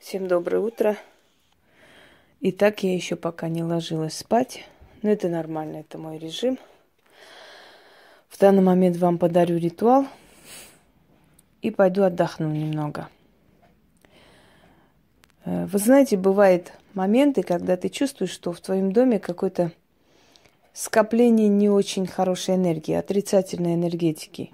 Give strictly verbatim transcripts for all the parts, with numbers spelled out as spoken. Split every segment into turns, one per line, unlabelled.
Всем доброе утро. Итак, я еще пока не ложилась спать, но это нормально, это мой режим. В данный момент вам подарю ритуал и пойду отдохну немного. Вы знаете, бывают моменты, когда ты чувствуешь, что в твоем доме какое-то скопление не очень хорошей энергии, отрицательной энергетики.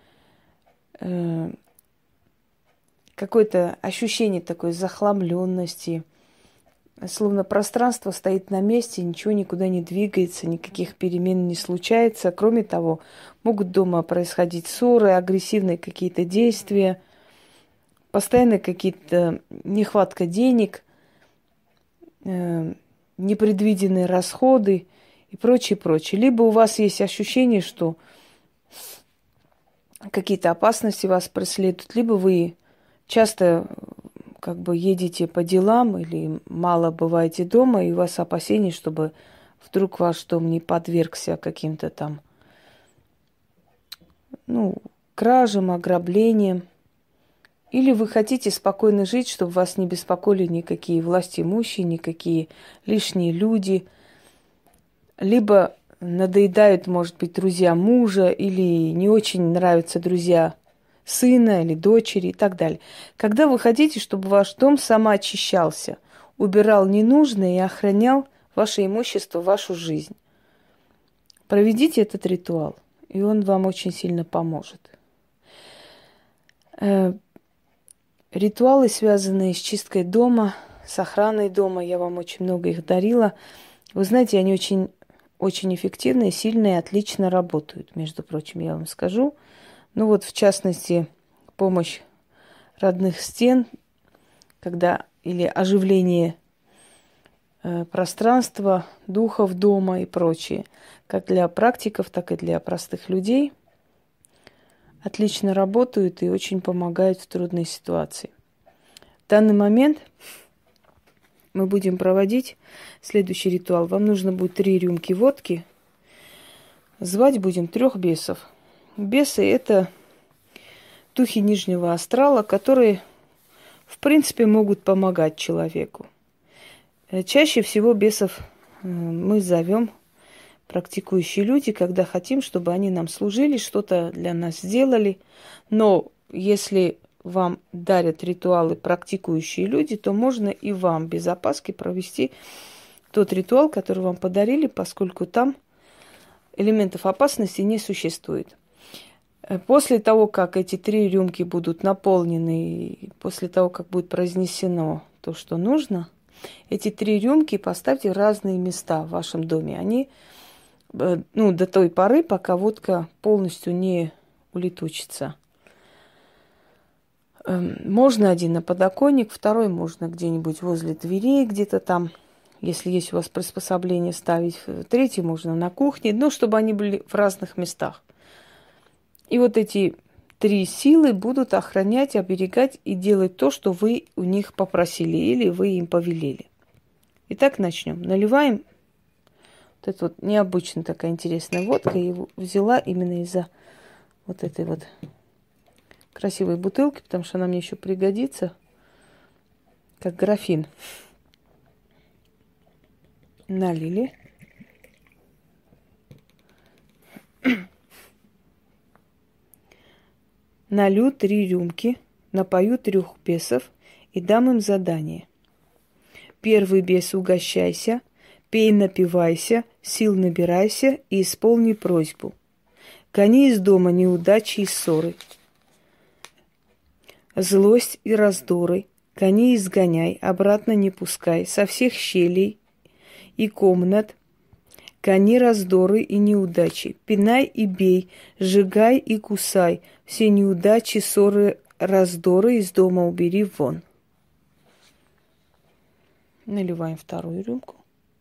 Какое-то ощущение такой захламленности, словно пространство стоит на месте, ничего никуда не двигается, никаких перемен не случается. Кроме того, могут дома происходить ссоры, агрессивные какие-то действия, постоянно какие-то нехватка денег, э, непредвиденные расходы и прочее, прочее. Либо у вас есть ощущение, что какие-то опасности вас преследуют, либо вы часто как бы едете по делам или мало бываете дома, и у вас опасения, чтобы вдруг ваш дом не подвергся каким-то там, ну, кражам, ограблениям. Или вы хотите спокойно жить, чтобы вас не беспокоили никакие властимущие, никакие лишние люди. Либо надоедают, может быть, друзья мужа, или не очень нравятся друзья сына или дочери и так далее. Когда вы хотите, чтобы ваш дом самоочищался, убирал ненужное и охранял ваше имущество, вашу жизнь, проведите этот ритуал, и он вам очень сильно поможет. Ритуалы, связанные с чисткой дома, с охраной дома, я вам очень много их дарила. Вы знаете, они очень, очень эффективные, сильные, отлично работают, между прочим, я вам скажу. Ну вот, в частности, помощь родных стен, когда или оживление э, пространства, духов дома и прочее, как для практиков, так и для простых людей, отлично работают и очень помогают в трудной ситуации. В данный момент мы будем проводить следующий ритуал. Вам нужно будет три рюмки водки. Звать будем трех бесов. Бесы – это духи нижнего астрала, которые, в принципе, могут помогать человеку. Чаще всего бесов мы зовем практикующие люди, когда хотим, чтобы они нам служили, что-то для нас сделали. Но если вам дарят ритуалы практикующие люди, то можно и вам без опаски провести тот ритуал, который вам подарили, поскольку там элементов опасности не существует. После того, как эти три рюмки будут наполнены, после того, как будет произнесено то, что нужно, эти три рюмки поставьте в разные места в вашем доме. Они, ну, до той поры, пока водка полностью не улетучится. Можно один на подоконник, второй можно где-нибудь возле дверей, где-то там, если есть у вас приспособление ставить. Третий можно на кухне, но чтобы они были в разных местах. И вот эти три силы будут охранять, оберегать и делать то, что вы у них попросили или вы им повелели. Итак, начнем. Наливаем. Вот это вот необычная такая интересная водка. Я его взяла именно из-за вот этой вот красивой бутылки, потому что она мне еще пригодится, как графин. Налили. Налью три рюмки, напою трех бесов и дам им задание. Первый бес: угощайся, пей, напивайся, сил набирайся и исполни просьбу. Гони из дома неудачи и ссоры, злость и раздоры, гони и изгоняй, обратно не пускай, со всех щелей и комнат, гони раздоры и неудачи, пинай и бей, сжигай и кусай, все неудачи, ссоры, раздоры из дома убери вон. Наливаем вторую рюмку.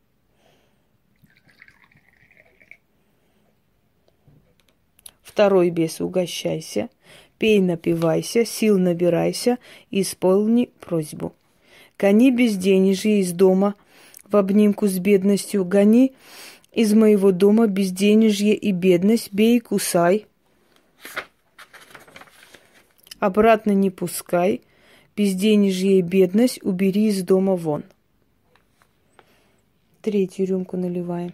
Второй бес: угощайся, пей, напивайся, сил набирайся, исполни просьбу. Гони безденежье из дома в обнимку с бедностью, гони из моего дома безденежье и бедность, бей и кусай, обратно не пускай, безденежье и бедность убери из дома вон. Третью рюмку наливаем.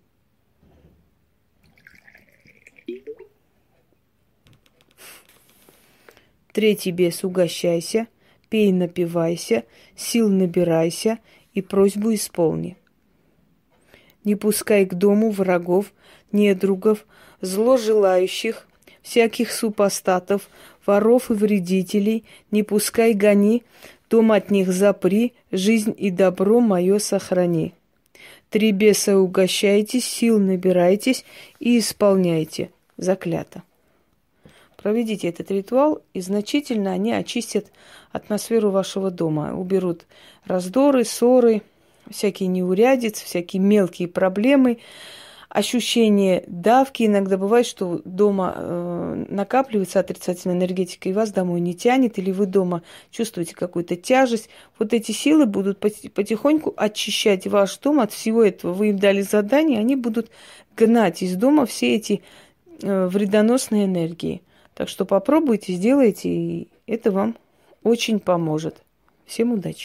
Третий бес: угощайся, пей, напивайся, сил набирайся и просьбу исполни. Не пускай к дому врагов, недругов, зложелающих, всяких супостатов, воров и вредителей, не пускай гони, дом от них запри, жизнь и добро мое сохрани. Три беса: угощайтесь, сил набирайтесь и исполняйте. Заклято. Проведите этот ритуал, и значительно они очистят атмосферу вашего дома. Уберут раздоры, ссоры, всякие неурядицы, всякие мелкие проблемы, ощущение давки. Иногда бывает, что дома э, накапливается отрицательная энергетика, и вас домой не тянет, или вы дома чувствуете какую-то тяжесть. Вот эти силы будут потихоньку очищать ваш дом от всего этого. Вы им дали задание, они будут гнать из дома все эти э, вредоносные энергии. Так что попробуйте, сделайте, и это вам очень поможет. Всем удачи!